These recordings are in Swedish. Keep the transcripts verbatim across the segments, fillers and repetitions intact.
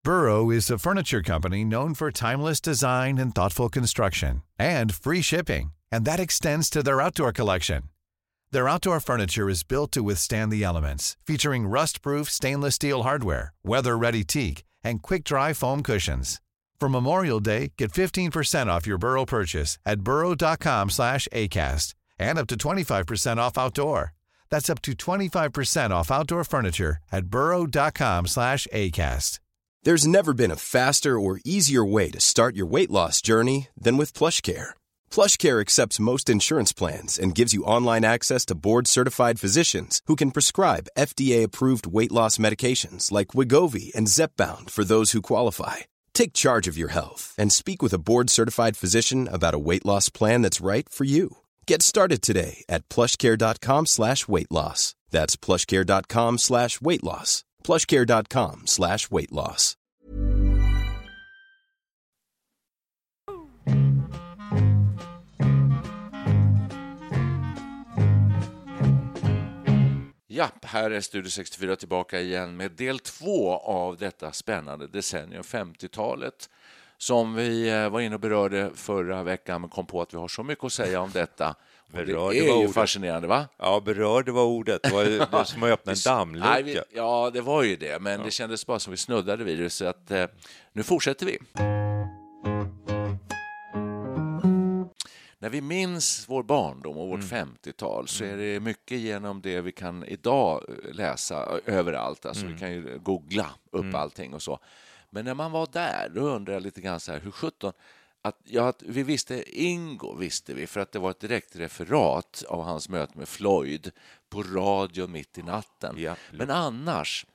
Burrow is a furniture company known for timeless design and thoughtful construction, and free shipping, and that extends to their outdoor collection. Their outdoor furniture is built to withstand the elements, featuring rust-proof stainless steel hardware, weather-ready teak, and quick-dry foam cushions. For Memorial Day, get fifteen percent off your Burrow purchase at burrow.com slash ACAST and up to twenty-five percent off outdoor. That's up to twenty-five percent off outdoor furniture at burrow.com slash ACAST. There's never been a faster or easier way to start your weight loss journey than with PlushCare. PlushCare accepts most insurance plans and gives you online access to board-certified physicians who can prescribe F D A-approved weight loss medications like Wegovy and Zepbound for those who qualify. Take charge of your health and speak with a board-certified physician about a weight loss plan that's right for you. Get started today at plushcare.com slash weight loss. That's plushcare.com slash weight loss. plushcare.com slash weight loss. Ja, här är Studio sextiofyra tillbaka igen med del två av detta spännande decennium, femtiotalet, som vi var inne och berörde förra veckan, men kom på att vi har så mycket att säga om detta. Det Berörde är ju ordet. Fascinerande, va? Ja, berörde var ordet. Det var det som att öppna en dammlucka. Nej, vi, ja, det var ju det, men ja. Det kändes bara som vi snuddade vid det, så att eh, nu fortsätter vi. När vi minns vår barndom och vårt mm. femtiotal så är det mycket genom det vi kan idag läsa överallt. Alltså mm. vi kan ju googla upp mm. allting och så. Men när man var där, då undrar jag lite grann så här, hur sjutton... Att, ja, att vi visste, Ingo visste vi, för att det var ett direkt referat av hans möte med Floyd på radio mitt i natten. Ja. Men annars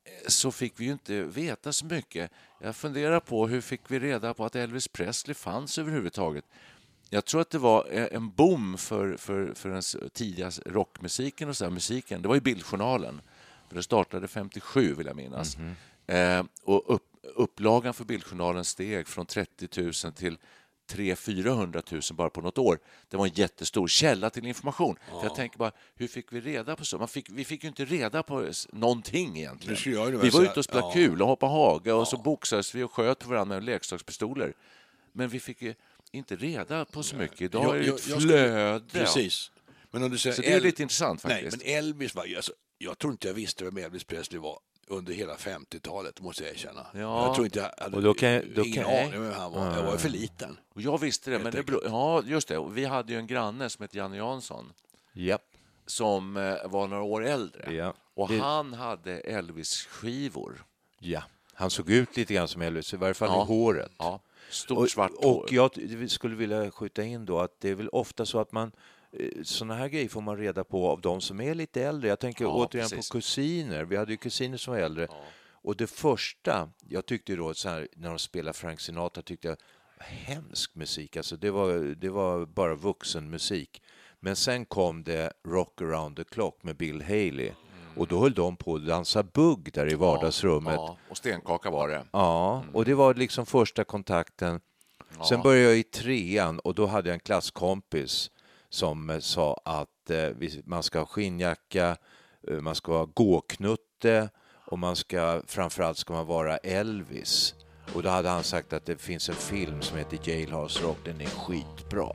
så fick vi ju inte veta så mycket. Jag funderar på hur fick vi reda på att Elvis Presley fanns överhuvudtaget. Jag tror att det var en boom för, för, för den tidiga rockmusiken och så här, musiken. Det var ju Bildjournalen. För det startade femtiosju, vill jag minnas. Mm-hmm. Eh, och upp, upplagan för Bildjournalen steg från trettio tusen till tre hundra till fyrahundra tusen bara på något år. Det var en jättestor källa till information. Ja. För jag tänker bara, hur fick vi reda på så? Man fick, vi fick ju inte reda på någonting egentligen. Vi var ute och spelade ja. kul och hoppade haga och ja. så boxades vi och sköt varandra med leksakspistoler. Men vi fick ju inte reda på så mycket. Idag jag, är det ett jag, flöde. Skulle, precis. Men om du säger så det är El- lite intressant faktiskt. Nej, men Elvis var alltså, jag tror inte jag visste vem Elvis Presley var under hela femtiotalet, måste jag erkänna. Ja. Jag tror inte jag hade och då kan, då ingen kan... aning vem han var. Jag var för liten. Och jag visste det, men det beror... ja, just det. Vi hade ju en granne som hette Janne Jansson. Yep. Som var några år äldre. Ja. Och det... han hade Elvis-skivor. Ja, han såg ut lite grann som Elvis, i varje fall ja. i håret. Ja, stort och, svart hår. Och jag skulle vilja skjuta in då att det är väl ofta så att man såna här grejer får man reda på av de som är lite äldre. Jag tänker ja, återigen precis. på kusiner. Vi hade ju kusiner som var äldre. Ja. Och det första, jag tyckte då så här, när de spelade Frank Sinatra tyckte jag hemsk musik. Alltså det var, det var bara vuxenmusik. Men sen kom det Rock Around the Clock med Bill Haley. Mm. Och då höll de på att dansa bugg där i vardagsrummet. Ja, och stenkaka var det. Ja, och det var liksom första kontakten. Ja. Sen började jag i trean och då hade jag en klasskompis som sa att eh, man ska ha skinnjacka, eh, man ska ha gåknutte och man ska, framförallt ska man vara Elvis. Och då hade han sagt att det finns en film som heter Jailhouse Rock, den är skitbra.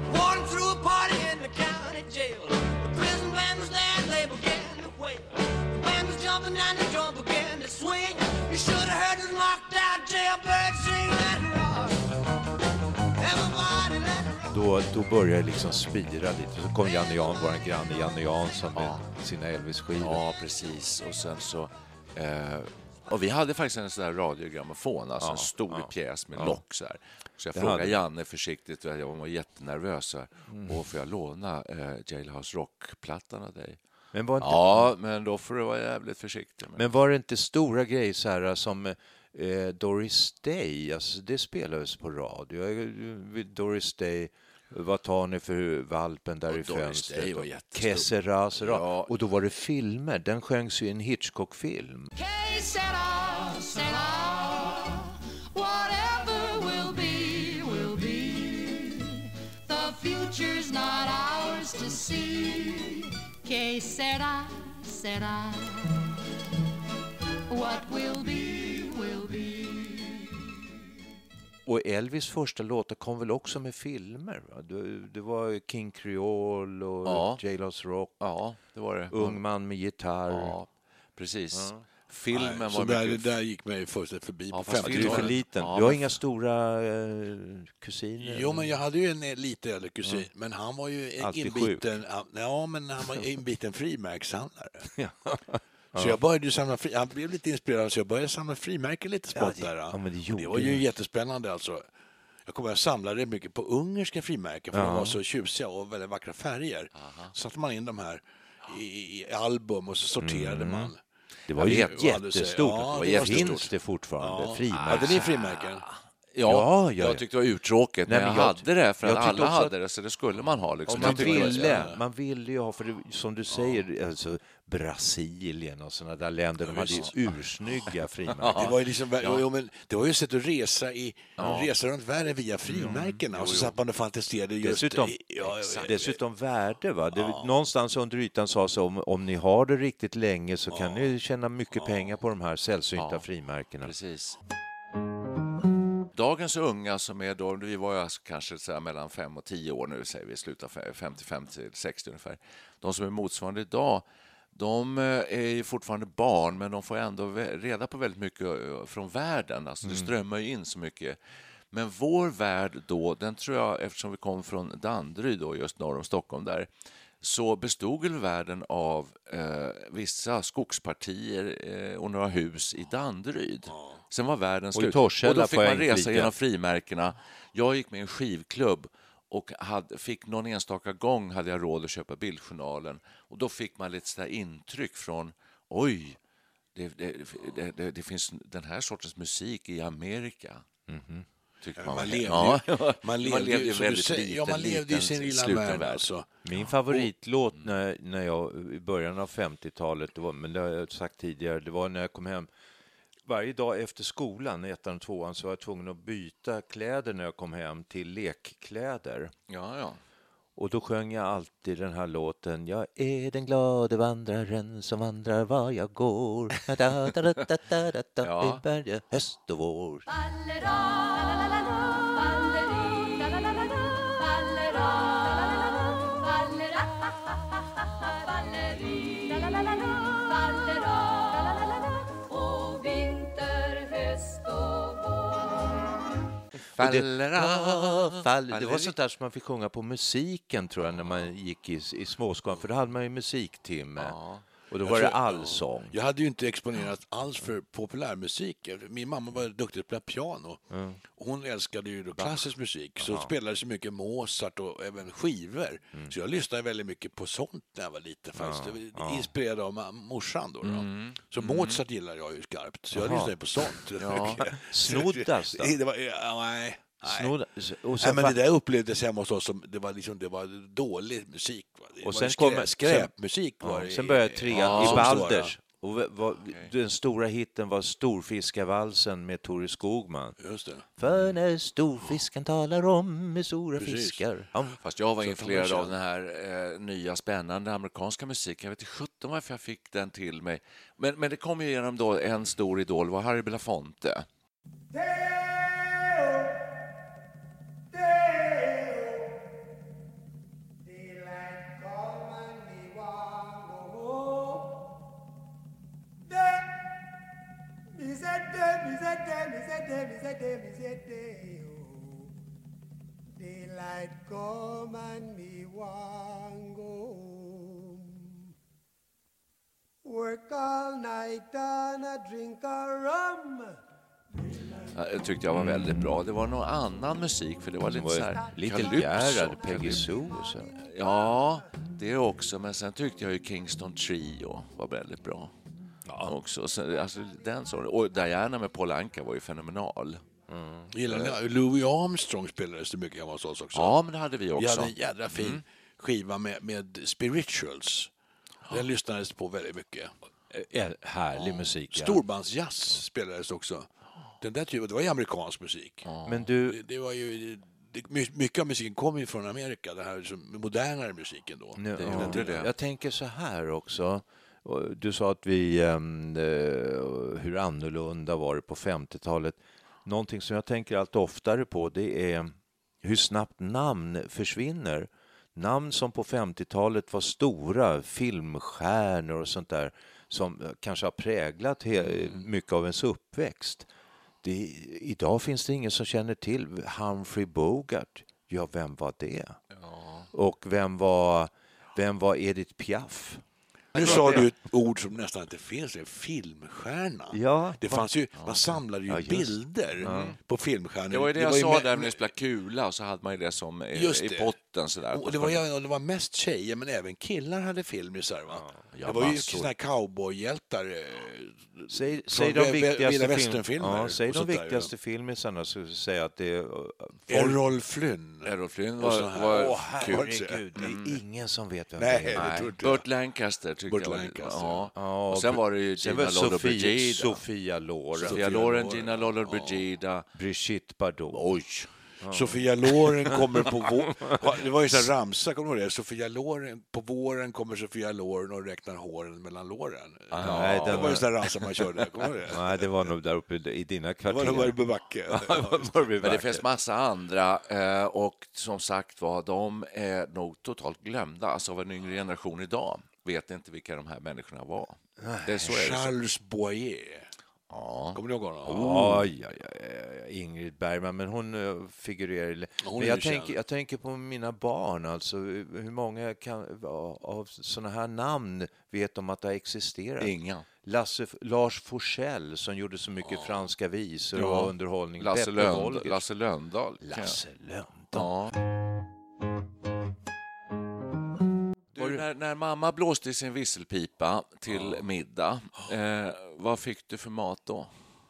Då, då började det liksom spira lite. Så kom Janne Jan, vår granne Janne Jansson med ja. sina Elvis-skivor. Ja, precis. Och sen så... Eh, och vi hade faktiskt en sån där radiogrammofon, alltså ja, en stor ja, pjäs med ja. lock så här. Så jag det frågade hade... Janne försiktigt, jag var jättenervös här. Mm. Och får jag låna eh, Jailhouse Rock-plattan av dig? Men var inte... Ja, men då får du vara jävligt försiktig. Men, men var det inte stora grejer så här som... Eh, Doris Day, alltså det spelades på radio. Doris Day, vad tar ni för valpen där och i fönstret? Kessera, ja. Och då var det filmer. Den sjöngs ju i en Hitchcock-film. Kessera, sera, whatever will be, will be. The future's not ours to see. Kessera, sera, what will be, will be. Och Elvis första låtar kom väl också med filmer? Va? Det, det var King Creole och Ja. Jailhouse Rock. Ja, det var det. Ung man med gitarr. Ja, precis. Ja. Filmen Nej, var så där, mycket... där gick mig fullständigt förbi Ja, på fast Du är för femtiotalet. liten. Ja, du har men- inga stora eh, kusiner? Jo, men jag hade ju en lite äldre kusin, Mm. men han var ju en Alltid inbiten, ja, men han var inbiten frimärkshandlare. Ja. Så jag började ju samla fri, han blev lite inspirerad så jag började samla frimärken lite smått Ja, det- där. ja, men det gjorde det var ju jag. jättespännande alltså. Jag kommer att samla rätt mycket på ungerska frimärken för Ja. de var så tjusiga och väldigt vackra färger. Så satte man in de här i, i album och så sorterade Mm. man. Det var ju Jag vet, vad du säger. jättestort. Ja, det det var finns stort. det fortfarande. Ja. Frimärken. Hade ni frimärken? Ja, Ja, ja, ja. jag tyckte det var uttråkigt, Nej, men jag, men jag- hade det för jag att tyckte alla också att- hade det, så det skulle man ha. Liksom. Och man Jag tyckte det var ville, spännande. man ville ju ha, för det, som du säger, alltså Brasilien och sådana där länder, de hade ju ursnygga frimärken. Det var ju liksom, jo, men det var ju ett sätt att resa, i, resa runt världen via frimärkena och så satt man och fantiserade just... Dessutom, i, ja, dessutom värde. Va? Det, Någonstans under ytan sa så om, om ni har det riktigt länge så kan ni tjäna mycket pengar på de här sällsynta Ja. frimärkena. Precis. Dagens unga som är då, vi var ju alltså kanske så här mellan fem och tio år nu, säger vi, slutar femtiofem till sextio ungefär. De som är motsvarande idag, de är ju fortfarande barn, men de får ändå reda på väldigt mycket från världen. Alltså det strömmar ju in så mycket. Men vår värld då, den tror jag, eftersom vi kom från Danderyd då, just norr om Stockholm där, så bestod väl världen av eh, vissa skogspartier eh, och några hus i Danderyd. Sen var världen Och i slut. Torshälla Och då fick får jag man resa inflika. genom frimärkena. Jag gick med i en skivklubb och hade, fick någon enstaka gång hade jag råd att köpa bildjournalen. Och då fick man lite sådär intryck från, oj, det, det, det, det, det finns den här sortens musik i Amerika. Mm-hmm. Tyckte man var- levde ju, Ja, man levde, levde ju ju som du väldigt säger, liten, ja, man levde i sin liten, lilla sluten värld. värld. Alltså. Min favoritlåt när, när jag, i början av femtiotalet, det var, men det har jag sagt tidigare, det var när jag kom hem. Varje dag efter skolan, ettan och tvåan, så var jag tvungen att byta kläder när jag kom hem till lekkläder. Ja, ja. Och då sjöng jag alltid den här låten. Jag är den glade vandraren som vandrar var jag går. Da, da, da, da, da, da, da, da, Ja. i berge, höst och vår. Fallera, Fall, det var sånt där som man fick sjunga på musiken, tror jag, när man gick i, i småskolan. För då hade man ju musiktimme. Ja. Och då Jag var det tror- allsång. Jag hade ju inte exponerats alls för populärmusik. Min mamma var duktig att spela piano. Och hon älskade ju då klassisk musik. Så spelade så mycket Mozart och även skivor. Så jag lyssnade väldigt mycket på sånt när jag var liten. Faktiskt. Jag var inspirerad av ma- morsan då. då. Så Mozart gillar jag ju skarpt. Så jag Jaha. lyssnade på sånt. Ja. Snoddas då? Det var, ja, nej. Nej. Snodda, och Nej, sen men det fa- där upplevdes hemma hos oss som det var, liksom, det var dålig musik. Va? Det Och var sen skräp, kommer- skräpmusik. Var ja, det, sen började trean Ja, i som Balders. Och v- var, den stora hitten var Storfiskarvalsen med Tore Skogman. stora. Just det. För när storfisken talar om med stora Precis. fiskar. Ja. Fast jag var Så influerad kan man av den här eh, nya spännande amerikanska musiken. Jag vet inte sjutton varför jag fick den till mig. Men, men det kom ju genom då en stor idol, var Harry Belafonte. Daylight come and me want go home. Work all night and a drink a rum. Ja, det tyckte jag var väldigt bra. Det var någon annan musik, för det var Det lite så var här lite calypso. Gerhard, Peggy Sue och så. Ja, det också. Men sen tyckte jag ju Kingston Trio var väldigt bra. Ja. Också. Så, alltså, den sorten. Och Diana med Paul Anka var ju fenomenal. Gillar ni? Louis Armstrong spelades det mycket hemma hos oss också. Ja, men det hade vi Vi också. hade en jädra fin skiva med, med Spirituals. Den lyssnades på väldigt mycket. Eh, Härlig musik. Ja. Storbandsjazz spelades också. Den där typen, det var ju amerikansk musik. Men du, Det, det var ju, det, my- mycket av musiken kom ju från Amerika, den här som, modernare musiken då. nu, Det ja, gjorde det. jag tänker så här också. Och du sa att vi, ehm, eh, hur annorlunda var det på femtiotalet. någonting som jag tänker allt oftare på, det är hur snabbt namn försvinner. Namn som på femtiotalet var stora, filmstjärnor och sånt där, som kanske har präglat he- mycket av ens uppväxt. Det, idag finns det ingen som känner till Humphrey Bogart. Ja, vem var det? Ja. Och vem var, vem var Edith Piaf? Nu sa du ett ord som nästan inte finns, en filmstjärna. Ja, det fanns ju, man samlade ju ja, just, bilder ja. på filmstjärnor. Det var ju det, det jag var sa med, där när ni spelade kula, och så hade man ju det som just i det. potten. Sådär. Och det, var, ja, det var mest tjejer, men även killar hade filmisar. Va? Ja, det var ju sådana här cowboyhjältar. Säg, säg de viktigaste, film, ja, säg de viktigaste där, filmisarna, så säga att det är... Errol Flynn. Errol Flynn var, var Åh, kul. Herregud, det är ingen som vet vem Nej, det är. Nej. Det Burt Lancaster tyckte Burt jag. Lancaster. Ja. Ja, och sen var det ju Gina Lollobrigida. Sofia Loren. Sofia Loren, Gina Lollobrigida. Brigitte Bardot. Oj. Ja. Sofia Loren kommer på våren. Det var ju så här ramsa, kommer du ihåg det? Sofia Loren, på våren kommer Sofia Loren och räknar håren mellan låren. Ah, nej, det var ju så här ramsa man körde, kommer du ihåg det? Nej, det var nog där uppe i dina kvarter. Det var nog bara backe. Men det finns massa andra, och som sagt var, de är nog totalt glömda. Alltså av en yngre generation idag vet inte vilka de här människorna var. Det är så Charles Boyer. Ja. Kommer du ihåg honom? Oh, ja, ja, ja, Ingrid Bergman, men hon uh, figurerar... Hon men jag, tänker, jag tänker på mina barn, alltså hur många kan, av såna här namn vet de att det har existerat? Inga. Lasse, Lars Forssell som gjorde så mycket ja. franska visor ja. och underhållning. Lasse, Lönd, Lasse Lönndahl. Lasse Lönndahl. Ja. Du, när, när mamma blåste i sin visselpipa till ja. middag, eh, vad fick du för mat då?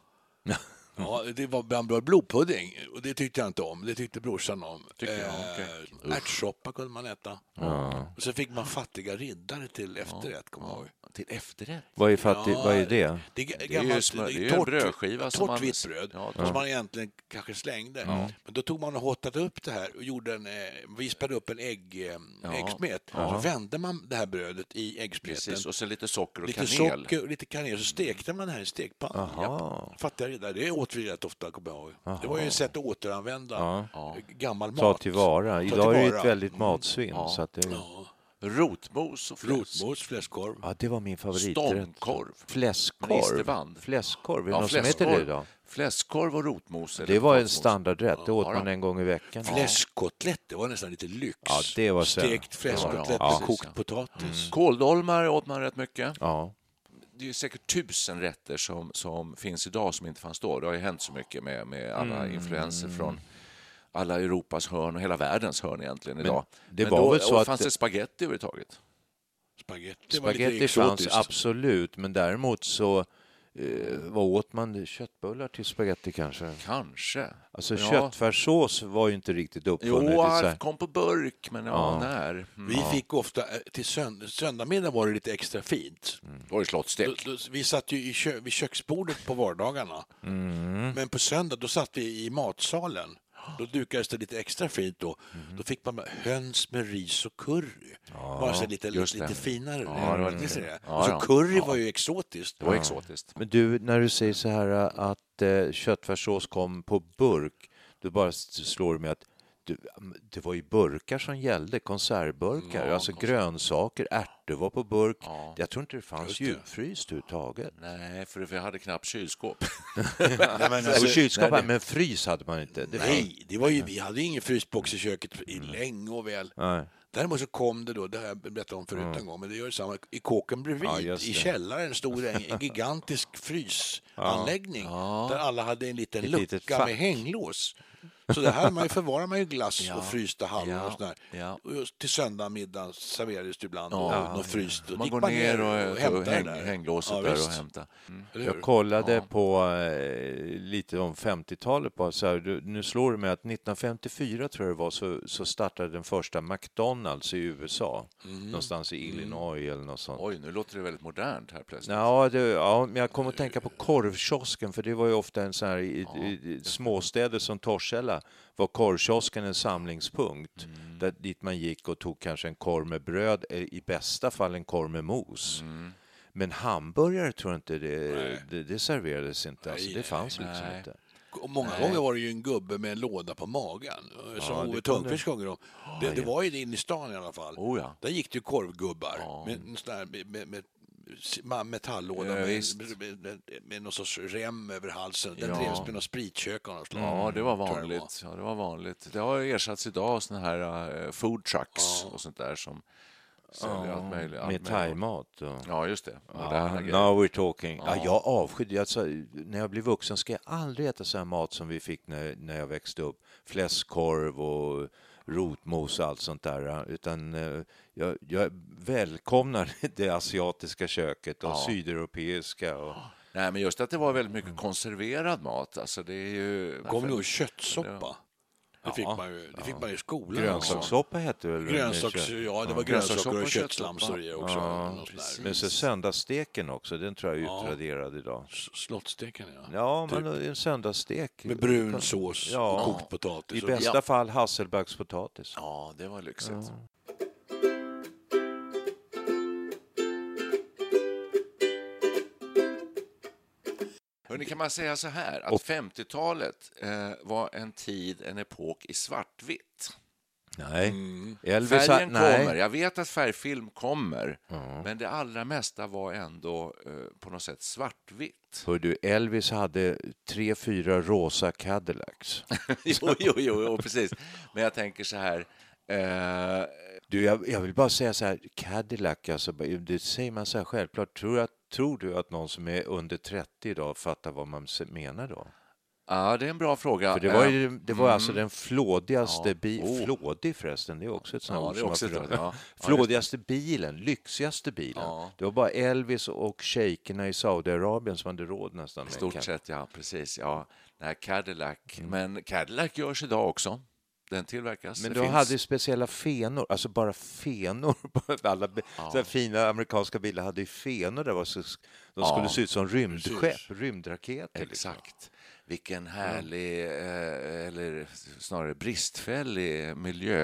Ja, det var bland blodpudding, och det tyckte jag inte om. Det tyckte brorsan om. Tycker jag, okay. eh, Ärtsoppa kunde man äta. Ja. Och så fick man fattiga riddare till efterrätt, kommer jag ihåg. Till efterrätt? Vad är, fattig, ja, vad är det? Det är, det är ju, smör, det är torrt, en brödskiva. Torrt man, vitt bröd, ja, torrt. Som man egentligen kanske slängde. Ja. Men då tog man och hottade upp det här och gjorde en, vispade upp en ägg, ja. äggsmet. Ja. Så vände man det här brödet i äggsmeten. Precis, och så lite socker och lite kanel. Socker, lite kanel, så stekte man det här i stekpannan. Ja. Fattiga riddare, det åt vi rätt ofta, kommer jag ihåg. Aha. Det var ju ett sätt att återanvända ja. gammal mat. Ta tillvara. Idag är det ett väldigt matsvinn. Mm. Så att det... ja. Rotmos och fläsk. Rotmos, fläskkorv. Ja, det var min favorit. Stångkorv. Fläskkorv. Fläskkorv. Är det ja, någon som heter det idag? Fläskkorv och rotmos. Det var en standardrätt. Det åt ja, man en gång i veckan. Fläskkotlett, det var nästan lite lyx. Ja, det var så. Stekt fläskkotlett med ja, kokt ja. potatis. Mm. Kåldolmar åt man rätt mycket. Ja. Det är säkert tusen rätter som, som finns idag som inte fanns då. Det har ju hänt så mycket med, med alla mm. influenser från alla Europas hörn och hela världens hörn egentligen idag. Men det Men var då, väl så att fanns det spaghetti överhuvudtaget? Spaghetti, spaghetti fanns absolut, men däremot så eh, vad åt man? Köttbullar till spaghetti kanske? Kanske. Alltså ja. köttfärssås var ju inte riktigt uppfunnet. Jo, allt kom på burk, men ja, ja. när? Mm. Vi fick ofta, till sönd- söndagmiddag var det lite extra fint. Mm. Då var det slottstek. Då, då, vi satt ju i kö- vid köksbordet på vardagarna. Mm. Men på söndag, då satt vi i matsalen. Då dukades det lite extra fint då. Mm. Då fick man höns med ris och curry. Ja, bara så lite, lite, lite finare. Ja, det var lite det. Ja, alltså, curry ja. var ju exotiskt. Det var ja. exotiskt. Men du, när du säger så här att eh, köttfärssås kom på burk, du bara slår med att du, det var ju burkar som gällde, konservburkar, ja, alltså konserv. grönsaker, ärtor var på burk. Ja. Jag tror inte det fanns djupfryst överhuvudtaget. Nej, för vi hade knappt kylskåp. Nej, men alltså, och kylskåp, nej, det... men frys hade man inte. Det nej, var... det var ju, vi hade ingen frysbox i köket i länge och väl. Nej. Däremot så kom det då, det har jag berättat om förut mm. en gång, men det gör detsamma, i kåken bredvid, ja, i källaren stod en, en gigantisk frysanläggning ja. där alla hade en liten Ett lucka med hänglås. Så det här man förvarar man ju glass ja. och frysta hallon ja. och sådär. Ja. Och just till söndag middag serverades det ibland ja. och något fryst. Och man går ner och, och hämtar häng, där. hänglåset ja, där och hämtar. Mm. Jag kollade ja. på eh, lite om femtiotalet på så här, du, nu slår det mig att nittonhundrafemtiofyra tror jag det var så, så startade den första McDonalds i U S A. Mm. Någonstans i Illinois mm. eller något sånt. Oj, nu låter det väldigt modernt här plötsligt. Ja, det, ja men jag kommer att tänka på korvkiosken, för det var ju ofta en sån här i, ja. i, i småstäder som Torshälla var korvkiosken en samlingspunkt mm. där dit man gick och tog kanske en korv med bröd, i bästa fall en korv med mos. Mm. Men hamburgare tror jag inte det, det, det serverades inte. Alltså, det fanns liksom nej. inte. Och många Nej. gånger var det ju en gubbe med en låda på magen. Som Ja, Ove det Thörnqvist sjunger om. Det, det var ju det inne i stan i alla fall. Oh, ja. Där gick det ju korvgubbar Ja. med, en sån där, med, med, med metalllåda Ja, med, visst. med, med, med, med någon sorts rem över halsen. Den Ja. drevs med någon spritkök av något slag. Ja, det var tror jag vanligt. Ja, det var vanligt. Det har ersatts idag av såna här uh, food trucks och sånt där som säljer allt möjligt. allt Med möjligt. thaimat. Och... Ja, just det. Ja, Moderna grejer. now we're talking. Ja. Ja. jag avskydde, alltså, när jag blev vuxen ska jag aldrig äta sån här mat som vi fick när, när jag växte upp. Fläskkorv och rotmos och allt sånt där. Utan eh, jag, jag välkomnar det asiatiska köket och Ja. sydeuropeiska. Och... Nej, men just att det var väldigt mycket konserverad mat. Alltså, det är ju... Kommer ni ihåg köttsoppa? Det fick Ja. man ju, det fick man ju i skolan. Grönsakssoppa hette det väl? Grönsaks, ja, det var grönsaker Grönsakssoppa och och köttslamsor i också. Ja, något sånt där. Men så söndagssteken också, den tror jag är Ja. utraderad idag. S- Slottsteken, ja. Ja, Typ. men en söndagsstek. Med brun sås Ja. och kokt potatis. I och- bästa Ja. fall hasselbackspotatis. Ja, det var lyxigt. Ja. Hörrni, kan man säga så här att femtiotalet eh, var en tid, en epok i svartvitt. Nej. Mm. Elvis, Färgen nej. kommer. Jag vet att färgfilm kommer, men det allra mesta var ändå eh, på något sätt svartvitt. Hör du, Elvis hade tre, fyra rosa Cadillacs. jo, jo, jo, jo, precis. Men jag tänker så här... Eh, Du, jag, jag vill bara säga så här, Cadillac, alltså, det säger man så här självklart. Tror, att, tror du att någon som är under trettio idag fattar vad man se- menar då? ja, det är en bra fråga. För det var, Eh, ju, det var alltså den flådigaste Ja. bilen, Oh. flådig förresten, det är också ett sånt Ja, ord det är som också har ett försvunnit. ord, ja. Ja, Flådigaste bilen, lyxigaste bilen. Ja. Det var bara Elvis och shejkerna i Saudiarabien som hade råd nästan. I med stort en sett, ja, precis. Ja. Nej, Cadillac. Mm. Men Cadillac görs idag också. Den tillverkas. Men Det de finns- hade ju speciella fenor, alltså bara fenor på alla bi- Ja. så här fina amerikanska bilar hade ju fenor där var så, de Ja. skulle se ut som rymdskepp, Precis. rymdraketer. Liksom. Exakt. Vilken härlig, eh, eller snarare bristfällig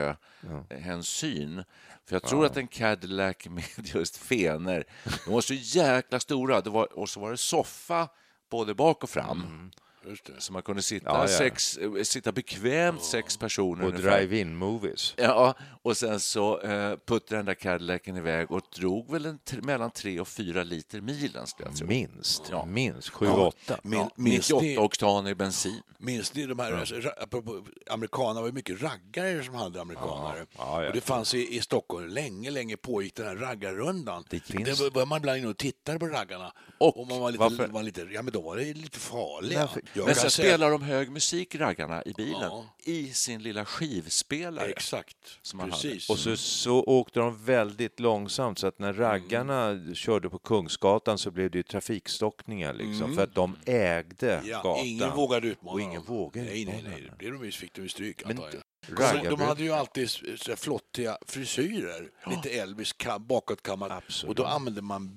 miljöhänsyn. För jag tror att en Cadillac med just fener, de var så jäkla stora. Det var, och så var det soffa både bak och fram. Just det. Så man kunde sitta, Ja, ja. Sex, eh, sitta bekvämt sex personer Och ungefär. drive-in movies. Ja, och sen så eh, puttade den där Cadillacen iväg och drog väl en t- mellan tre och fyra liter milen, skulle jag tro. Minst, Ja. minst sju, åtta. Min, Ja, minns, ni, nittioåtta oktan i bensin. minns ni de här, alltså, ra- apropå, amerikaner var ju mycket raggare som hade amerikanare. Ja, ja. Och det fanns i, i Stockholm, länge, länge pågick den här raggarrundan. Det finns- Det var, var man ibland inne och tittade på raggarna. Och man var lite, varför- var lite, ja men då var det lite farliga. Varför- Jag Men kan sen säga- spelar de hög musik, raggarna, i bilen. Ja. I sin lilla skivspelare. Exakt, Som man precis. Och så, så åkte de väldigt långsamt så att när raggarna körde på Kungsgatan så blev det ju trafikstockningar liksom, för att de ägde Ja, gatan. ingen vågade utmana Och ingen dem. vågade Nej, nej, utmana nej. dem. Det de fick de ju stryk, Men antar jag. raggarbrud- De, de hade ju alltid så här flottiga frisyrer, lite Elvis ka- bakåtkammat. Absolut. Och då använde man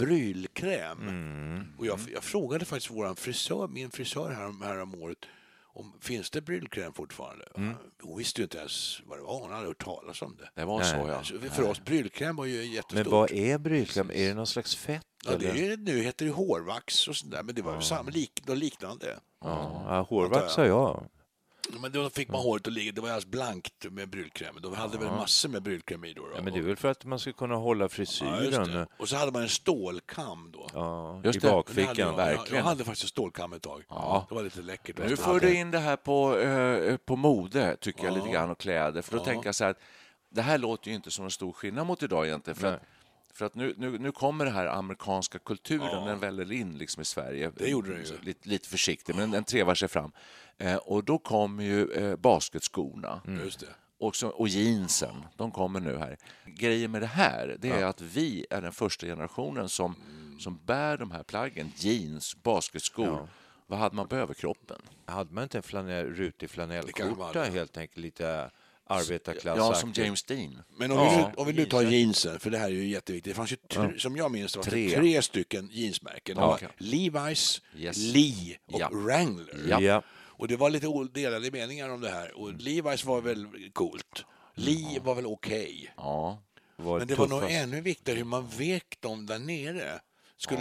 brylkräm. Och jag, jag frågade faktiskt våran frisör, min frisör här, här om året, om finns det brylkräm fortfarande? Hon visste ju inte ens vad det var, hon hade hört talas om det. Det var Nej. så, ja. Så för oss, brylkräm var ju jättestort. Men vad är brylkräm? Är det någon slags fett? Ja, det är eller? ju, nu heter det hårvax och sådär, men det var ju samma, lik, något liknande. Ja, ja, hårvax har jag. Men då fick man håret att ligga, det var alldeles blankt med brylkräm. De hade väl massor med brylkräm i då. då. Ja, men det är väl för att man ska kunna hålla Ja, just frisyren det. Och så hade man en stålkam då. ja, Just i det. Det hade bakfickan. jag, jag, verkligen. jag hade faktiskt en stålkam ett tag. Ja. Det var lite läckert. Nu för du in det här på, eh, på mode, tycker jag, Ja. lite grann, och kläder. För då Ja. tänker jag så här, att det här låter ju inte som en stor skillnad mot idag egentligen. För Nej. att, för att nu, nu, nu kommer det här amerikanska kulturen, Ja. den väller in liksom i Sverige. Det gjorde den ju. Så Lite, lite försiktigt, men den trevar sig fram. Eh, och då kommer ju eh, basketskorna. Just det. Och, så, och jeansen, de kommer nu här. Grejen med det här, det är att vi är den första generationen som, som bär de här plaggen. Jeans, basketskor. Ja. Vad hade man på överkroppen? Hade man inte en flanell, rutig Det kanske man flanellskjorta hade. helt enkelt, lite arbetarklass? Ja, som James Dean. Men om, Ja. vi nu, om vi nu tar jeansen, för det här är ju jätteviktigt. Det fanns ju, tr- som jag minns, det var Tre. tre, tre stycken jeansmärken. Det Ja. var Levi's, Yes. Lee och Ja. Wrangler. Ja. Ja. Och det var lite delade meningar om det här. Och Levi's var väl coolt. Lee var väl okej. Ja. Var Men det var tuffast. nog ännu viktigare hur man vek dem där nere. Skulle det vara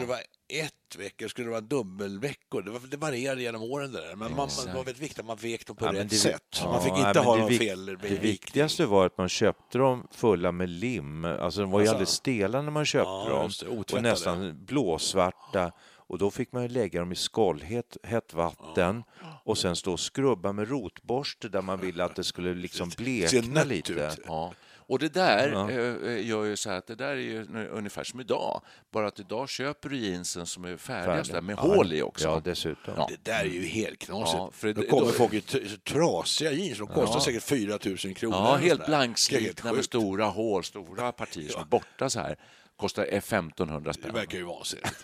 ett vecka, skulle det vara dubbelveckor. Det, var, det varierade genom åren där. Men man, det var väldigt viktigt att man vek dem på ja, rätt det, sätt. Ja, man fick inte ja, ha någon fel. Det viktigaste var att man köpte dem fulla med lim. Alltså de var ju alltså, alldeles stela när man köpte ja, dem. Det, och nästan blåsvarta. Och då fick man ju lägga dem i skållhett hett vatten ja. och sen stå och skrubba med rotborste där man ville att det skulle liksom blekna lite. Ja. Och det där ja. gör ju så här att det där är ju ungefär som idag. Bara att idag köper du jeansen som är färdiga Färdig. med ja. hål i också. Ja, dessutom. Ja. Det där är ju helt knasigt. Ja, för då kommer då... folk i trasiga jeans som kostar ja. säkert fyra tusen kronor. Ja, helt blankslitna med stora hål, stora partier ja. som är borta så här. Kostar femtonhundra spänn. Det verkar ju vansinnigt.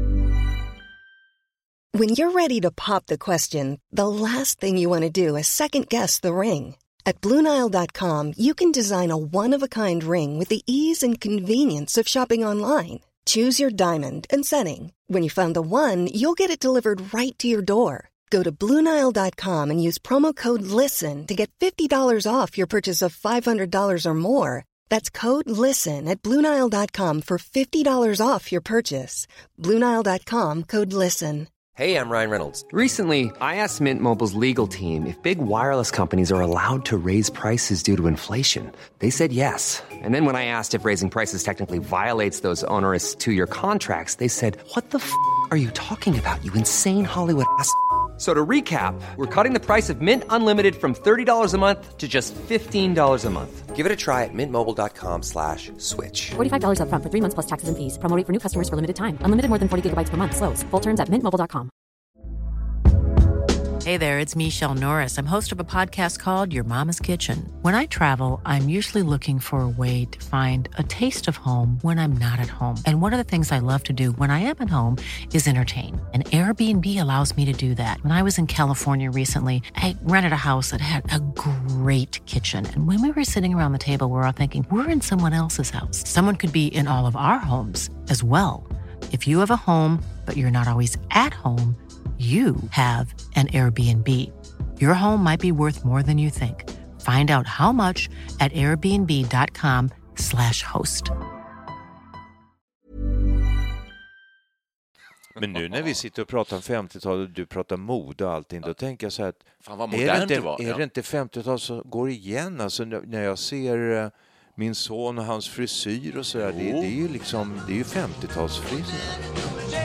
When you're ready to pop the question, the last thing you want to do is second guess the ring. At Blue Nile dot com, you can design a one-of-a-kind ring with the ease and convenience of shopping online. Choose your diamond and setting. When you find the one, you'll get it delivered right to your door. Go to Blue Nile dot com and use promo code LISTEN to get fifty dollars off your purchase of five hundred dollars or more. That's code LISTEN at Blue Nile dot com for fifty dollars off your purchase. Blue Nile dot com, code LISTEN. Hey, I'm Ryan Reynolds. Recently, I asked Mint Mobile's legal team if big wireless companies are allowed to raise prices due to inflation. They said yes. And then when I asked if raising prices technically violates those onerous two-year contracts, they said, what the f*** are you talking about, you insane Hollywood ass f- So to recap, we're cutting the price of Mint Unlimited from thirty dollars a month to just fifteen dollars a month. Give it a try at mintmobile.com slash switch. forty-five dollars up front for three months plus taxes and fees. Promo rate for new customers for limited time. Unlimited more than forty gigabytes per month. Slows full terms at mint mobile dot com. Hey there, it's Michelle Norris. I'm host of a podcast called Your Mama's Kitchen. When I travel, I'm usually looking for a way to find a taste of home when I'm not at home. And one of the things I love to do when I am at home is entertain. And Airbnb allows me to do that. When I was in California recently, I rented a house that had a great kitchen. And when we were sitting around the table, we were all thinking, we're in someone else's house. Someone could be in all of our homes as well. If you have a home, but you're not always at home, you have an Airbnb. Your home might be worth more than you think. Find out how much at airbnb.com slash host. Men nu när vi sitter och pratar om femtiotalet och du pratar mode och allting, då tänker jag så här att fan vad modernt är det inte, det var, är ja. det inte femtiotalet som går igen? Alltså när jag ser min son och hans frisyr och så där, det, det är ju liksom, det är ju femtiotalsfrisyr.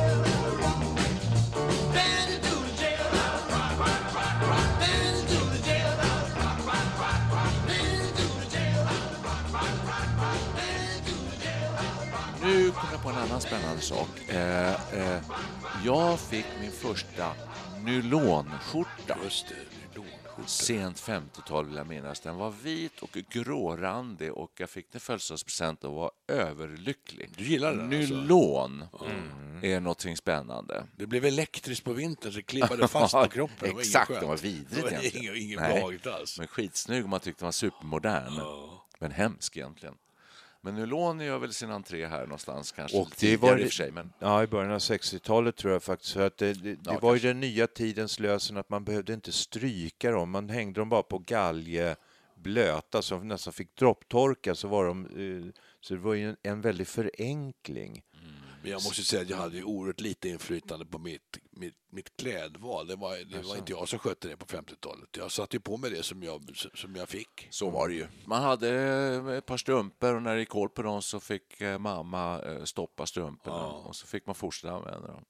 Nu kommer jag på en annan spännande sak. Eh, eh, jag fick min första nylonskjorta. Just det, nylonskjorta. Sent femtiotal vill jag minnas. Den var vit och grårandig och jag fick den födelsedagspresent och var överlycklig. Du gillar den Nylon alltså. mm. är någonting spännande. Det blev elektriskt på vintern så klippade fast på kroppen. Exakt, det var vidrigt det var egentligen. Ingen, ingen behagligt alls. Men skitsnygg, man tyckte den var supermodern. Oh. Men hemsk egentligen. Men nylon gör väl sin entré här någonstans kanske. Och det var i och för sig, men... Ja, i början av sextiotalet tror jag faktiskt. För att det det, ja, det var ju den nya tidens lösen att man behövde inte stryka dem. Man hängde dem bara på galge blöta så nästan fick dropptorka så var de... Så det var ju en, en väldig förenkling. Mm. Men jag måste säga att jag hade ju oerhört lite inflytande på mitt, mitt, mitt klädval. Det var, det var inte jag som skötte det på femtiotalet. Jag satt ju på med det som jag, som jag fick. Så var det ju. Man hade ett par strumpor och när det gick hål på dem så fick mamma stoppa strumporna. Ja. Och så fick man fortsätta använda dem.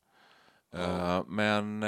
Ja. Men...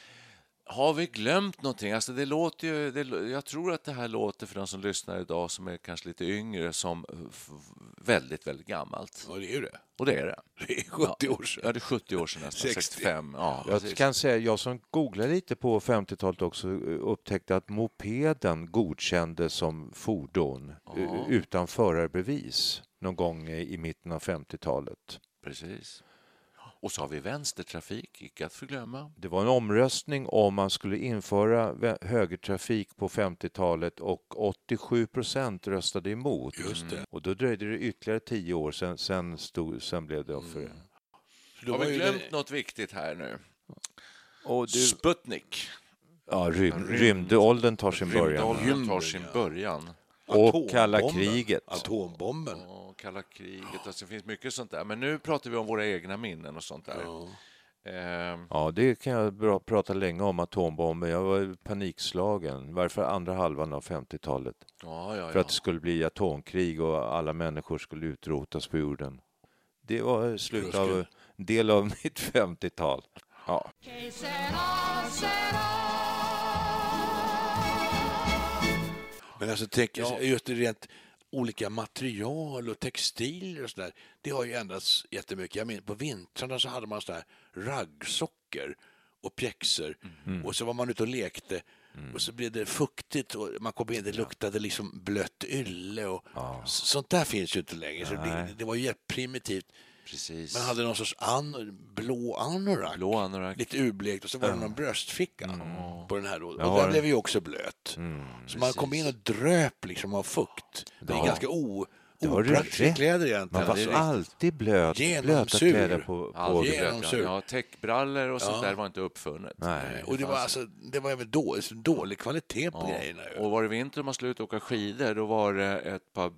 Har vi glömt någonting? Alltså det låter ju, det, jag tror att det här låter för de som lyssnar idag som är kanske lite yngre som f- väldigt, väldigt gammalt. Ja, det är ju det. Och det är det. Det är sjuttio år sedan. Ja, det är sjuttio år sedan nästan. sextio. sextiofem. Ja, jag precis. Kan säga, jag som googlade lite på femtiotalet också upptäckte att mopeden godkändes som fordon ja. utan förarbevis någon gång i mitten av femtiotalet. Precis. Och så har vi vänstertrafik, icke att förglömma. Det var en omröstning om man skulle införa högertrafik på femtiotalet och åttiosju procent röstade emot. Just det. Och då dröjde det ytterligare tio år, sen, sen, stod, sen blev det för det. Mm. Har vi glömt det... något viktigt här nu? Och du... Sputnik. Ja, rym, rymdåldern tar sin början. Rymdåldern tar sin början. Och kalla kriget. Atombomben. Och kalla kriget. Alltså, det finns mycket sånt där. Men nu pratar vi om våra egna minnen och sånt där. Ja. Ehm. Ja, det kan jag bra prata länge om, atombomber. Jag var panikslagen. Varför andra halvan av femtiotalet? Ja, ja, ja. För att det skulle bli atomkrig och alla människor skulle utrotas på jorden. Det var slut av en del av mitt femtiotal. Ja. Men alltså, tänk, ja. just det rent olika material och textilier och sådär, det har ju ändrats jättemycket. Jag menar, på vintrarna så hade man så här raggsockor och pjäxor mm. och så var man ute och lekte mm. och så blev det fuktigt och man kom in, det luktade liksom blött ylle och ja. sånt där finns ju inte längre. Så det, det var ju primitivt. Precis. Man hade någon sorts an- blå anorak, blå anorak. Lite urblekt och så var det någon bröstficka mm. på den här då. Och ja, där blev ju också blöt. Mm, så precis. man kom in och dröp liksom av fukt. Det är ja. ganska o opraktiska kläder egentligen. Man var alltid blöt, blöta kläder på, på genomsur. Ja, täckbrallor och sånt ja. där var inte uppfunnet. Nej, och det var alltså det var även då, dålig kvalitet på ja. grejerna. Och var det vinter och man skulle ut och åka skidor, då var det ett par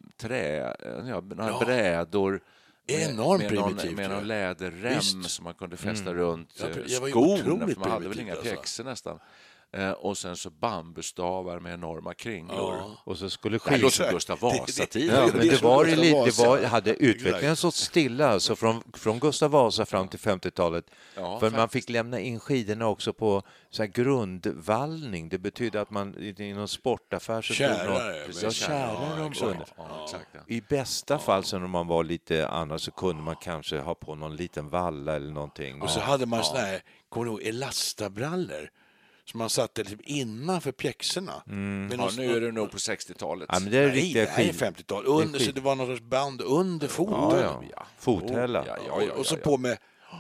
trä, ja, några ja. brädor. Enormt med, primitivt. Någon, med någon läderrem Visst. som man kunde fästa mm. runt ja, skorna, för man hade väl inga pjäxor alltså. nästan. Eh, och sen så bambustavar med enorma kringor. Ja. Och så skulle skid... Det låter Gustav Vasa-tid. Ja, men det var det lite, det var, hade utvecklingen så stilla, alltså från, från Gustav Vasa fram till femtiotalet. Ja, för man fick lämna in skidorna också på så här grundvallning. Det betyder att man i någon sportaffär så kärare, ja, kärare de kunde. Ja, exakt, ja. I bästa fall så när man var lite annars så kunde man kanske ha på någon liten valla eller någonting. Och så ja. hade man ja. såna här, kommer du ihåg, elastabrallor som man satte liksom innanför pjäxorna. Mm. Men ja, nu är det nog på sextiotalet. Ja, men det är Nej, riktiga skid. Nej, femtiotal. Under, det så det var någon sorts band under foten. Ja, ja. Fothälla. Oh, ja, ja, ja, ja, och så på med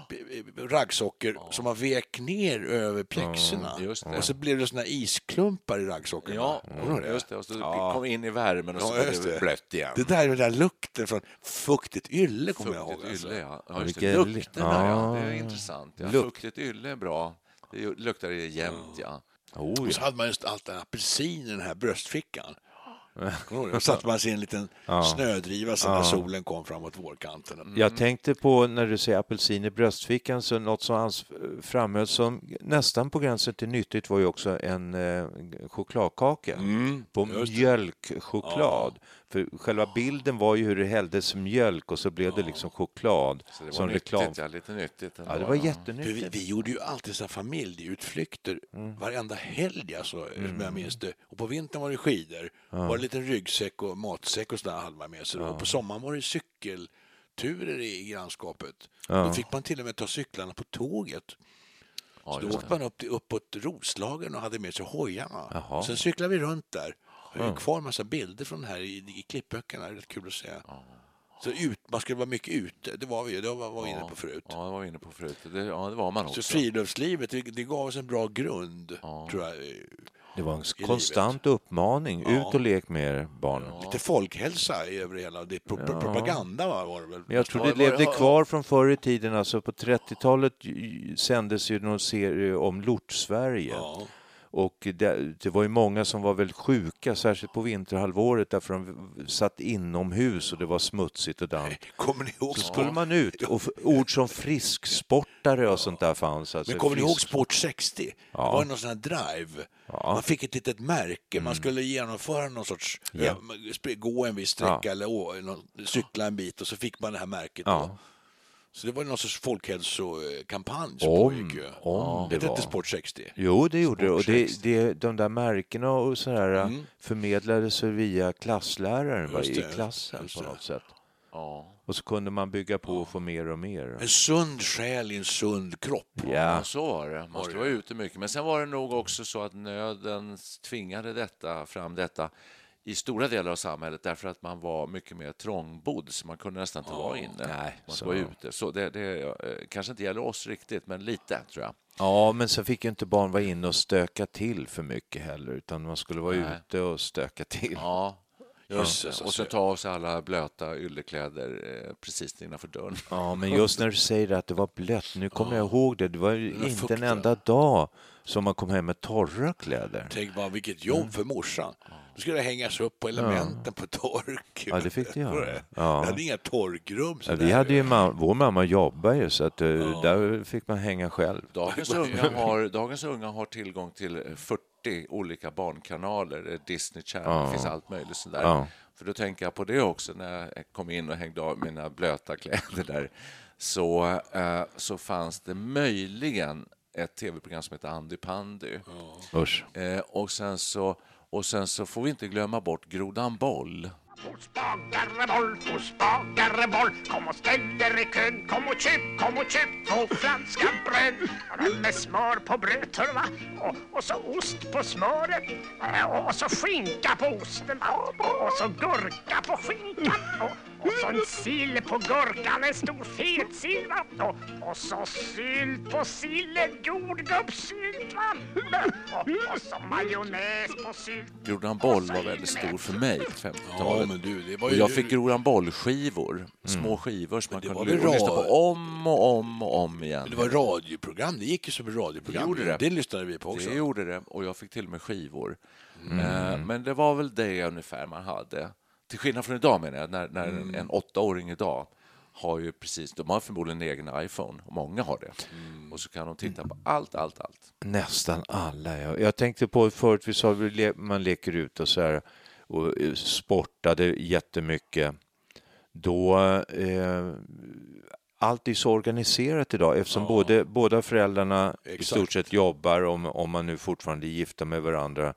raggsockor ja. som man vek ner över pjäxorna. Mm, just det. Och så blev det såna här isklumpar i raggsockorna. Ja, mm. just det. Och så ja. kom in i värmen och så ja, blev det blött igen. Det där är den där lukten från fuktigt ylle, kommer jag ihåg. Fuktigt ylle, alltså. ja. ja just det. Lukterna, ja. ja. Det är intressant. Ja. Fuktigt ylle är bra. Det luktar det jämt, ja. Oh, ja. Och så hade man just allt den apelsin i den här bröstfickan. Då satte man sig en liten ja. snödriva sen när ja. solen kom framåt vårkanten. Mm. Jag tänkte på, när du säger apelsin i bröstfickan, så något som hans framhöll som nästan på gränsen till nyttigt var ju också en eh, chokladkaka mm. på mjölkchoklad. Ja. För själva bilden var ju hur det hälldes mjölk och så blev ja. det liksom choklad. Så det var som nyttigt, reklam. Ja, lite nyttigt. Ja, det var jättenyttigt. Vi, vi gjorde ju alltid så familjeutflykter mm. varenda helg, alltså, mm. jag minns det. Och på vintern var det skidor. Ja. Var det lite ryggsäck och matsäck och sådär hade man med sig. Ja. Och på sommaren var det cykelturer i grannskapet. Ja. Då fick man till och med ta cyklarna på tåget. Ja, så då åkte man upp till, uppåt Roslagen och hade med sig hojarna. Och sen cyklade vi runt där. Jag har kvar en massa bilder från här i, i klippböckerna. Det är rätt kul att se. Ja. Så ut, man skulle vara mycket ute. Det var vi det var, var vi inne på förut. Ja, det var vi inne på förut. Det, ja, det var man också. Så friluftslivet, det, det gav oss en bra grund, ja. tror jag. Det var en konstant livet. uppmaning. Ja. Ut och lek med er, barn. Ja. Lite folkhälsa över hela. Det pro- ja. propaganda var, var det väl. Men jag tror det ja, levde det, kvar från förr i tiden. Alltså på trettiotalet sändes ju någon serie om Lort-Sverige. Ja. Och det, det var ju många som var väldigt sjuka, särskilt på vinterhalvåret, därför de satt inomhus och det var smutsigt och damm. Kommer ni ihåg? Så skulle man ut. Och ord som frisksportare och sånt där fanns. Alltså. Men kommer frisk... ni ihåg Sport sextio? Ja. Det var någon sån här drive. Ja. Man fick ett litet märke. Man skulle genomföra någon sorts... Ja. Gå en viss sträcka ja. eller å, cykla en bit och så fick man det här märket. Ja. Då. Så det var någon sorts folkhälsokampanj som om, pågick. Om det hette Sport sextio. Jo, det gjorde det. Och det, det, de där märkena och sådär mm. förmedlades via klassläraren var, i klassen på något sätt. Ja. Och så kunde man bygga på och få mer och mer. En sund själ i en sund kropp. Ja, ja så var det. Man skulle vara ute mycket. Men sen var det nog också så att nöden tvingade detta, fram detta i stora delar av samhället, därför att man var mycket mer trångbodd, så man kunde nästan inte oh, vara inne. Nej, man skulle vara ute. Så det, det kanske inte gäller oss riktigt, men lite tror jag. Ja, men så fick ju inte barn vara inne och stöka till för mycket heller, utan man skulle vara Nej. ute och stöka till. Ja, just, ja. Och så ta av sig alla blöta yllekläder eh, precis innanför dörren. Ja, men just när du säger att det var blött, nu kommer ja. jag ihåg det, det var ju det inte en enda dag som man kom hem med torra kläder. Tänk bara vilket jobb mm. för morsan. Då skulle det hängas upp på elementen ja. på tork. Ja, det fick det göra. Ja. Ja. Vi hade inga torkrum. Ja, vi hade ju ma- vår mamma jobbade ju, så att, ja. där fick man hänga själv. Dagens unga har, dagens unga har tillgång till fyrtio olika barnkanaler, Disney Channel, ja. det finns allt möjligt sådär. Ja. För då tänker jag på det också när jag kom in och hängde av mina blöta kläder där. Så, eh, så fanns det möjligen ett tv-program som heter Andy Pandy. Ja. Eh, och, sen så, och sen så får vi inte glömma bort Grodan Boll. Hos bagareboll, hos bagareboll. Kom och ställ dig i kön. Kom och köp, kom och köp två franska bröd. Med smör på brödturva och, och så ost på smöret. Och så skinka på osten. Och så gurka på skinkan. Och, och så en sill på gurkan, en stor fet sill. Och, och så sylt på sillen, jordgubbssylt. Och, och så majonnäs på sylt. Grodan Boll var väldigt stor för mig på femtiotalet. Ja, men du, det var ju... Och jag fick Grodan Boll-skivor, mm. små skivor som man kunde lyssna ra... på om och om och om igen. Men det var radioprogram, det gick ju som ett radioprogram. Det, det. det lyssnade vi på också. Det gjorde det, och jag fick till och med skivor. Mm. Eh, men det var väl det ungefär man hade. Till skillnad från idag menar jag, när, när mm. en, en åttaåring idag har ju precis, de har förmodligen en egen iPhone, och många har det. Mm. Och så kan de titta på allt, allt, allt. Nästan alla, ja. Jag tänkte på förut, vi sa att man leker ut och så här och sportade jättemycket. Då eh, allt är så organiserat idag, eftersom ja. både, båda föräldrarna Exakt. i stort sett jobbar, om, om man nu fortfarande är gifta med varandra.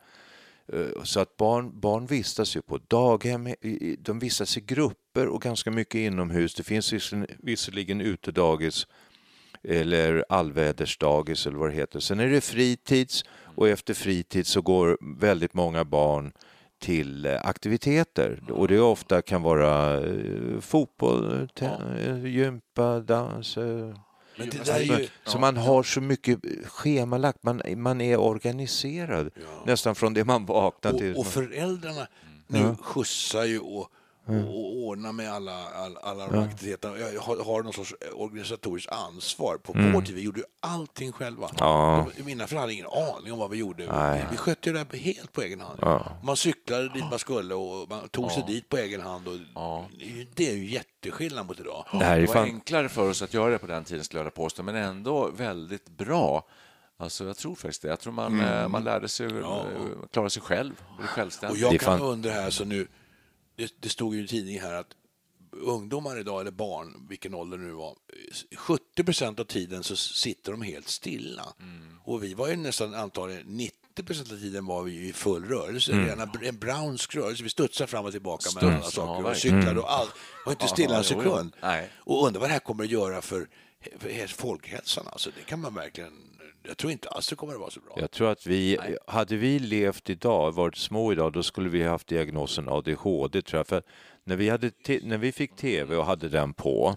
Så att barn, barn vistas ju på daghem, de vistas i grupper och ganska mycket inomhus. Det finns visserligen utedagis eller allvädersdagis eller vad det heter. Sen är det fritids, och efter fritids så går väldigt många barn till aktiviteter. Och det ofta kan vara fotboll, te- gympa, dans. Men det där är ju... Så man har så mycket schemalagt, man, man är organiserad ja. nästan från det man vaknar och, till. Och föräldrarna nu ja. skjutsar ju och, och, och ordnar med alla, alla, alla ja. aktiviteter. Jag har, har någon sorts organisatoriskt ansvar. På mm. vår tid, vi gjorde ju allting själva. Ja. Mina föräldrar hade ingen aning om vad vi gjorde. Nej. Vi skötte det där helt på egen hand. Ja. Man cyklade dit man skulle och man tog sig ja. dit på egen hand. Och ja. Det är ju jätteskillnad mot idag. Det, här är det var fan... enklare för oss att göra det på den tiden, skulle jag påstå, men ändå väldigt bra. Alltså jag tror faktiskt det. Jag tror man, mm. man lärde sig ja. klara sig själv, bli självständig. Och jag kan fan... undra här, så nu det, det stod ju i tidningen här att ungdomar idag, eller barn, vilken ålder nu var, sjuttio procent av tiden så sitter de helt stilla. Mm. Och vi var ju nästan antagligen nittio procent av tiden var vi i full rörelse. Mm. En brownsk rörelse. Vi studsade fram och tillbaka med alla saker och cyklade och allt. Var inte stilla en sekund. Nej. Och undrar vad det här kommer att göra för, för folkhälsan. Alltså, det kan man verkligen... Jag tror inte alls det kommer att vara så bra. Jag tror att vi, Nej. hade vi levt idag, varit små idag, då skulle vi haft diagnosen A D H D, tror jag. För när vi, hade te- när vi fick tv och hade den på,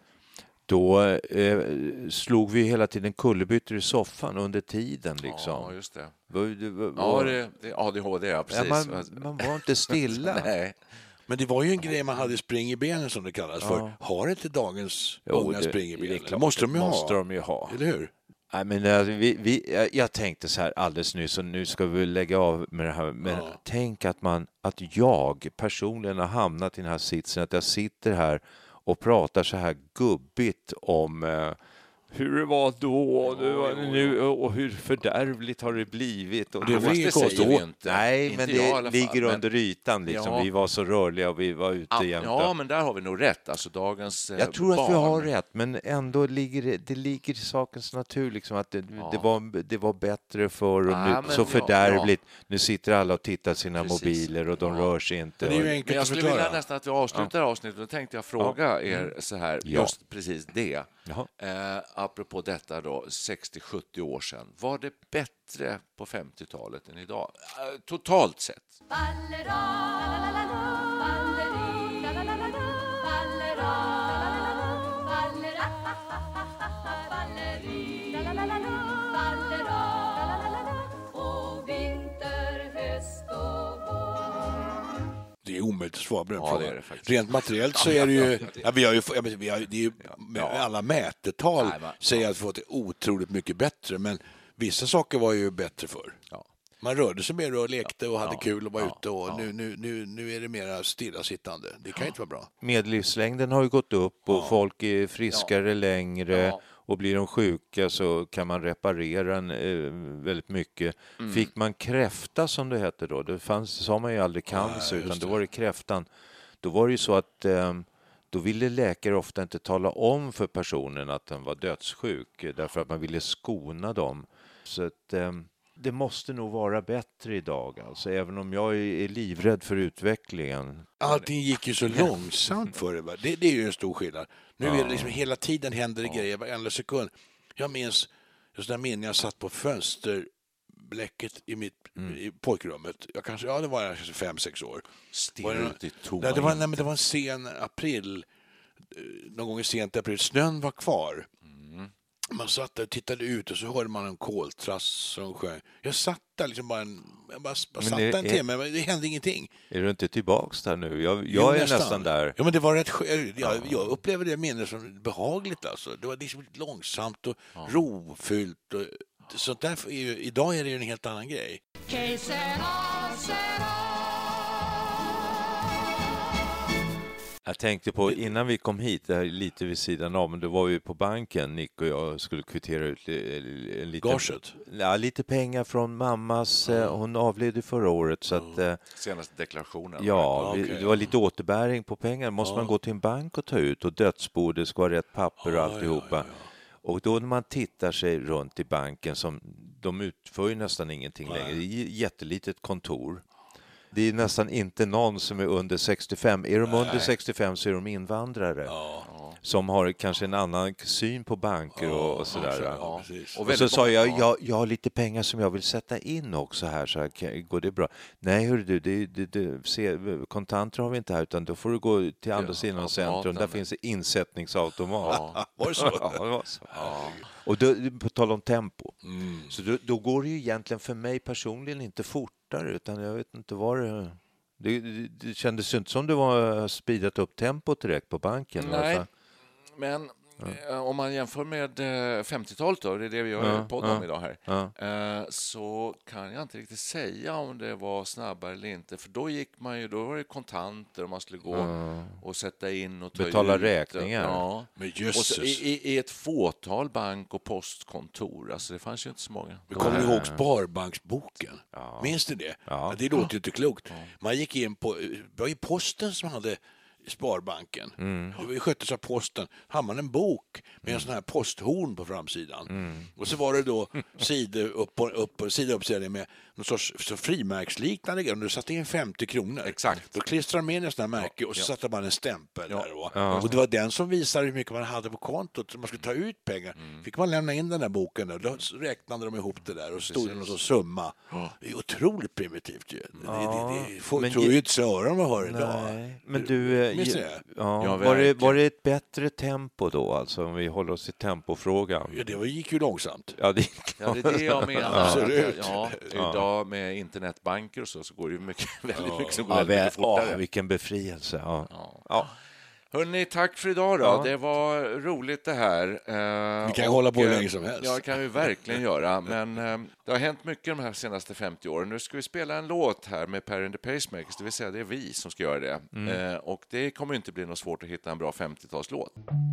då eh, slog vi hela tiden kullerbyttor i soffan under tiden. Liksom. Ja, just det. Var, det var, ja, det, det är A D H D, ja, precis. Ja, man, man var inte stilla. Nej. Men det var ju en grej man hade spring i benen, som det kallas ja. för. Har inte dagens jo, unga det, spring i benen? Det, det måste de ju måste ha. De ju ha. Eller hur? Nej, men alltså, vi, vi, jag tänkte så här alldeles nyss, och nu ska vi lägga av med det här. Men ja. tänk att, man, att jag personligen har hamnat i den här sitsen, att jag sitter här och pratar så här gubbigt om eh, hur det var då och, nu, nu, och hur fördärvligt har det blivit. Och det var det säger vi inte. Nej, inte men det jag, ligger men... under ytan. Liksom. Ja. Vi var så rörliga och vi var ute ja, jämt. Ja, men där har vi nog rätt. Alltså dagens Jag tror barn. att vi har rätt, men ändå ligger det, det ligger i sakens natur. Liksom, att det, ja. det, var, det var bättre förr och ja, nu, så fördärvligt. Ja, ja. Nu sitter alla och tittar sina Precis. mobiler och de ja. rör sig inte. Men, men jag skulle vilja nästan att vi avslutar ja. avsnittet. Då tänkte jag fråga ja. er så här, ja. just precis det. Eh, apropå detta då, sextio sjuttio år sedan. Var det bättre på femtiotalet än idag? Eh, totalt sett. Det är omöjligt att svara på den ja, frågan. Det är det faktiskt. Rent materiellt så är det ju... Ja, vi har ju, vi har, det är ju med ja. alla mätetal Nej, men, säger ja. att vi fått det otroligt mycket bättre, men vissa saker var ju bättre förr. Ja. Man rörde sig mer och lekte och hade Ja. kul och var Ja. ute. Och Ja. nu, nu, nu, nu är det mer stillasittande. Det kan inte vara bra. Medellivslängden har ju gått upp och Ja. folk är friskare längre. Ja. Och blir de sjuka så kan man reparera en, eh, väldigt mycket. Mm. Fick man kräfta som det hette då, det fanns, sa man ju aldrig cancer, just utan då det. var det kräftan. Då var det ju så att eh, då ville läkare ofta inte tala om för personen att den var dödssjuk, eh, därför att man ville skona dem. Så att, eh, det måste nog vara bättre idag, alltså, även om jag är, är livrädd för utvecklingen. Allting gick ju så långsamt för det. Va? Det, det är ju en stor skillnad. Nu är det liksom hela tiden händer det grejer varenda sekund. Jag minns just den minnen jag satt på fönsterblecket i mitt i pojkrummet. Jag kanske, ja, det var jag kanske fem, sex år. Stirrar ut i tomma Nej, det var, intet. nej, men det var en sen april, eh, någon gång i sent april. Snön var kvar. Man satt där och tittade ut och så hörde man en koltrass som sjöng. Jag satt där liksom bara en, jag bara, bara Men satt är- där en är- timme, men det hände ingenting. Är du inte tillbaks där nu? Jag, jag Jo, är nästan. där. Ja, men det var rätt skö- jag, jag upplevde det minnet som behagligt alltså. Det var liksom långsamt och rofyllt och sånt där. Är ju, idag är det ju en helt annan grej. Que sera, sera. Jag tänkte på, innan vi kom hit, det här är lite vid sidan av, men då var vi på banken, Nick och jag skulle kvittera ut li- en liten, Gaget? ja, lite pengar från mammas, eh, hon avled ju förra året, så att eh, Senaste deklarationen. ja, vi, okej, det var lite återbäring på pengar. Måste man gå till en bank och ta ut, och dödsbo, det ska vara rätt papper och alltihopa. Och då när man tittar sig runt i banken, som de utför ju nästan ingenting längre, det är ett jättelitet kontor. Det är nästan inte någon som är under sextiofem. Är de under sextiofem så är de invandrare. Som har kanske en annan syn på banker och, och sådär. Ja, Ja. precis. Och så sa jag, jag, jag har lite pengar som jag vill sätta in också här, så här kan- går det bra? Nej, hör du, det, det, det, se, kontanter har vi inte här, utan då får du gå till andra Ja, sidan av automaten. centrum. Där finns det insättningsautomat. Ja. Var det så? Ja, det var så. Och då, på tal om tempo. Mm. Så då, då går det ju egentligen för mig personligen inte fortare, utan jag vet inte vad det... Det, det, det kändes inte som det var speedat upp tempot direkt på banken. Nej, Varför? men eh, om man jämför med eh, femtiotalet då, det är det vi gör Ja, podd om ja, idag här, ja. eh, så kan jag inte riktigt säga om det var snabbare eller inte, för då gick man ju, då var det kontanter och man skulle gå och sätta in och ta Betala ut. räkningar. Ja. Men Och så jösses. i, i, i ett fåtal bank- och postkontor, alltså det fanns ju inte så många. Vi kommer ihåg Sparbanksboken. Minns ni det? Ja. Det låter ju inte klokt. Man gick in på, det var ju posten som hade Sparbanken. Det sköttes av posten. Hade man en bok med en sån här posthorn på framsidan. Och så var det då sidor upp och upp och sida upp sida med någon sorts så frimärksliknande grej. Om du satte in femtio kronor. Exakt. Då klistrade man med en sån här märke och så ja. satte man en stämpel Ja. där. Va? Ja. Och det var den som visade hur mycket man hade på kontot. Så man skulle ta ut pengar. Fick man lämna in den där boken där. Då räknade de ihop det där och stod det någon sorts summa. Det är otroligt primitivt ju. Det, det, det, folk men tror ge- ju inte så öron vad hör idag. Nej, men du... eh, Minns ge- ni det? Ja, Ja, var, det, verkligen. var det ett bättre tempo då, alltså, om vi håller oss till tempofrågan? Ja, det var- gick ju långsamt. Ja, det Ja, det är det jag menar. Absolut. Ja, idag med internetbanker och så, så går det ju mycket, väldigt mycket som går Ja, väldigt mycket vä- fortare. åh, vilken befrielse. Ja. Ja. Hörrni, tack för idag då. Ja. Det var roligt det här. Eh, Vi kan och, hålla på hur eh, länge som helst. Ja, det kan vi verkligen göra. Men eh, det har hänt mycket de här senaste femtio åren. Nu ska vi spela en låt här med Per and the Pacemakers. Det vill säga, det är vi som ska göra det. Mm. Eh, och det kommer inte bli något svårt att hitta en bra femtiotalslåt.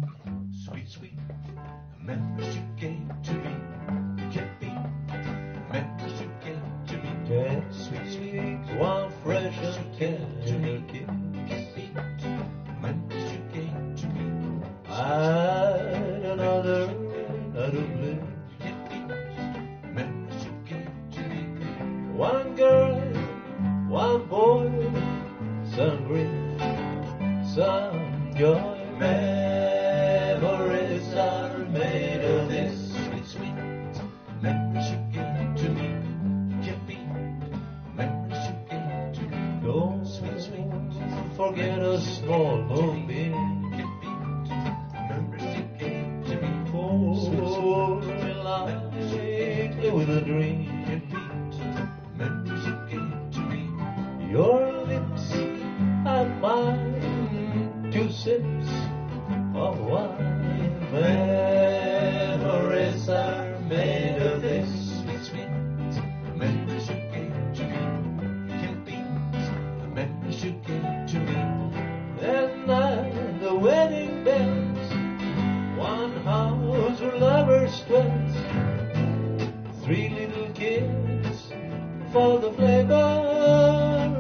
Sweet, sweet memories you gave to me. Can't be memories you gave to me. Yeah, sweet, sweet, one fresh and tender kiss. Can't be memories you gave to me. And another, another bliss. Can't be memories you gave to me. One girl, one boy, some grief, some joy. Memories are made of this sweet, sweet memories you gave to me. Can't be memories you gave to me. Don't sweet, sweet, forget a small moonbeam. Can't be memories you gave to me. For like with a dream. Can't be memories you gave to me. Your lips and mine, two sips of wine. Memories are made of this sweet, sweet memories you gave bar.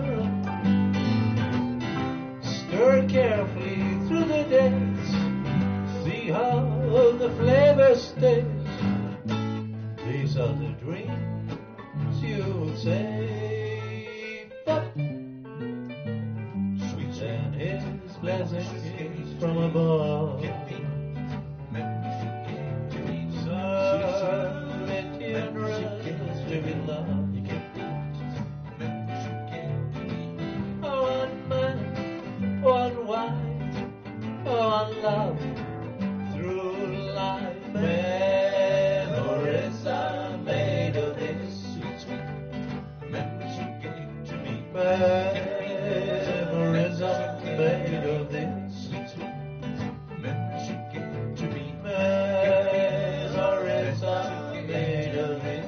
Stir carefully through the days, see how the flavor stays. These are the dreams you'll save up. Sweet and his blessings from above. Serve it generously with love. One man, one wife, one love. Through life, memories are made of this. Sweet, sweet memories you gave to me. Memories are made of this. Sweet, sweet memories you gave to me. Memories are made of this.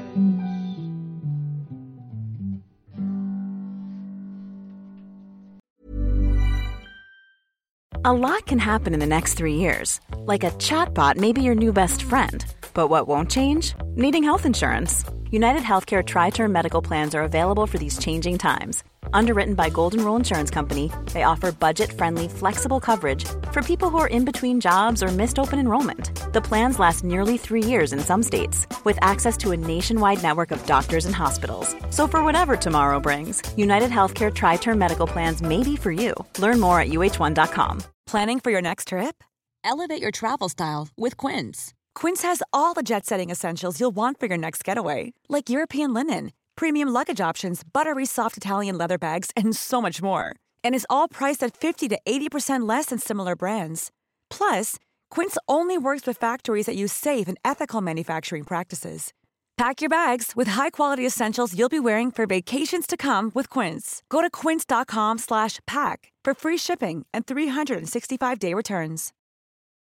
A lot can happen in the next three years. Like a chatbot may be your new best friend. But what won't change? Needing health insurance. United Healthcare Tri-Term Medical Plans are available for these changing times. Underwritten by Golden Rule Insurance Company, they offer budget-friendly, flexible coverage for people who are in between jobs or missed open enrollment. The plans last nearly three years in some states, with access to a nationwide network of doctors and hospitals. So for whatever tomorrow brings, United Healthcare Tri-Term Medical Plans may be for you. Learn more at U H one dot com. Planning for your next trip? Elevate your travel style with Quince. Quince has all the jet-setting essentials you'll want for your next getaway, like European linen, premium luggage options, buttery soft Italian leather bags, and so much more. And is all priced at fifty to eighty percent less than similar brands. Plus, Quince only works with factories that use safe and ethical manufacturing practices. Pack your bags with high-quality essentials you'll be wearing for vacations to come with Quince. Go to quince dot com slash pack for free shipping and three sixty-five day returns.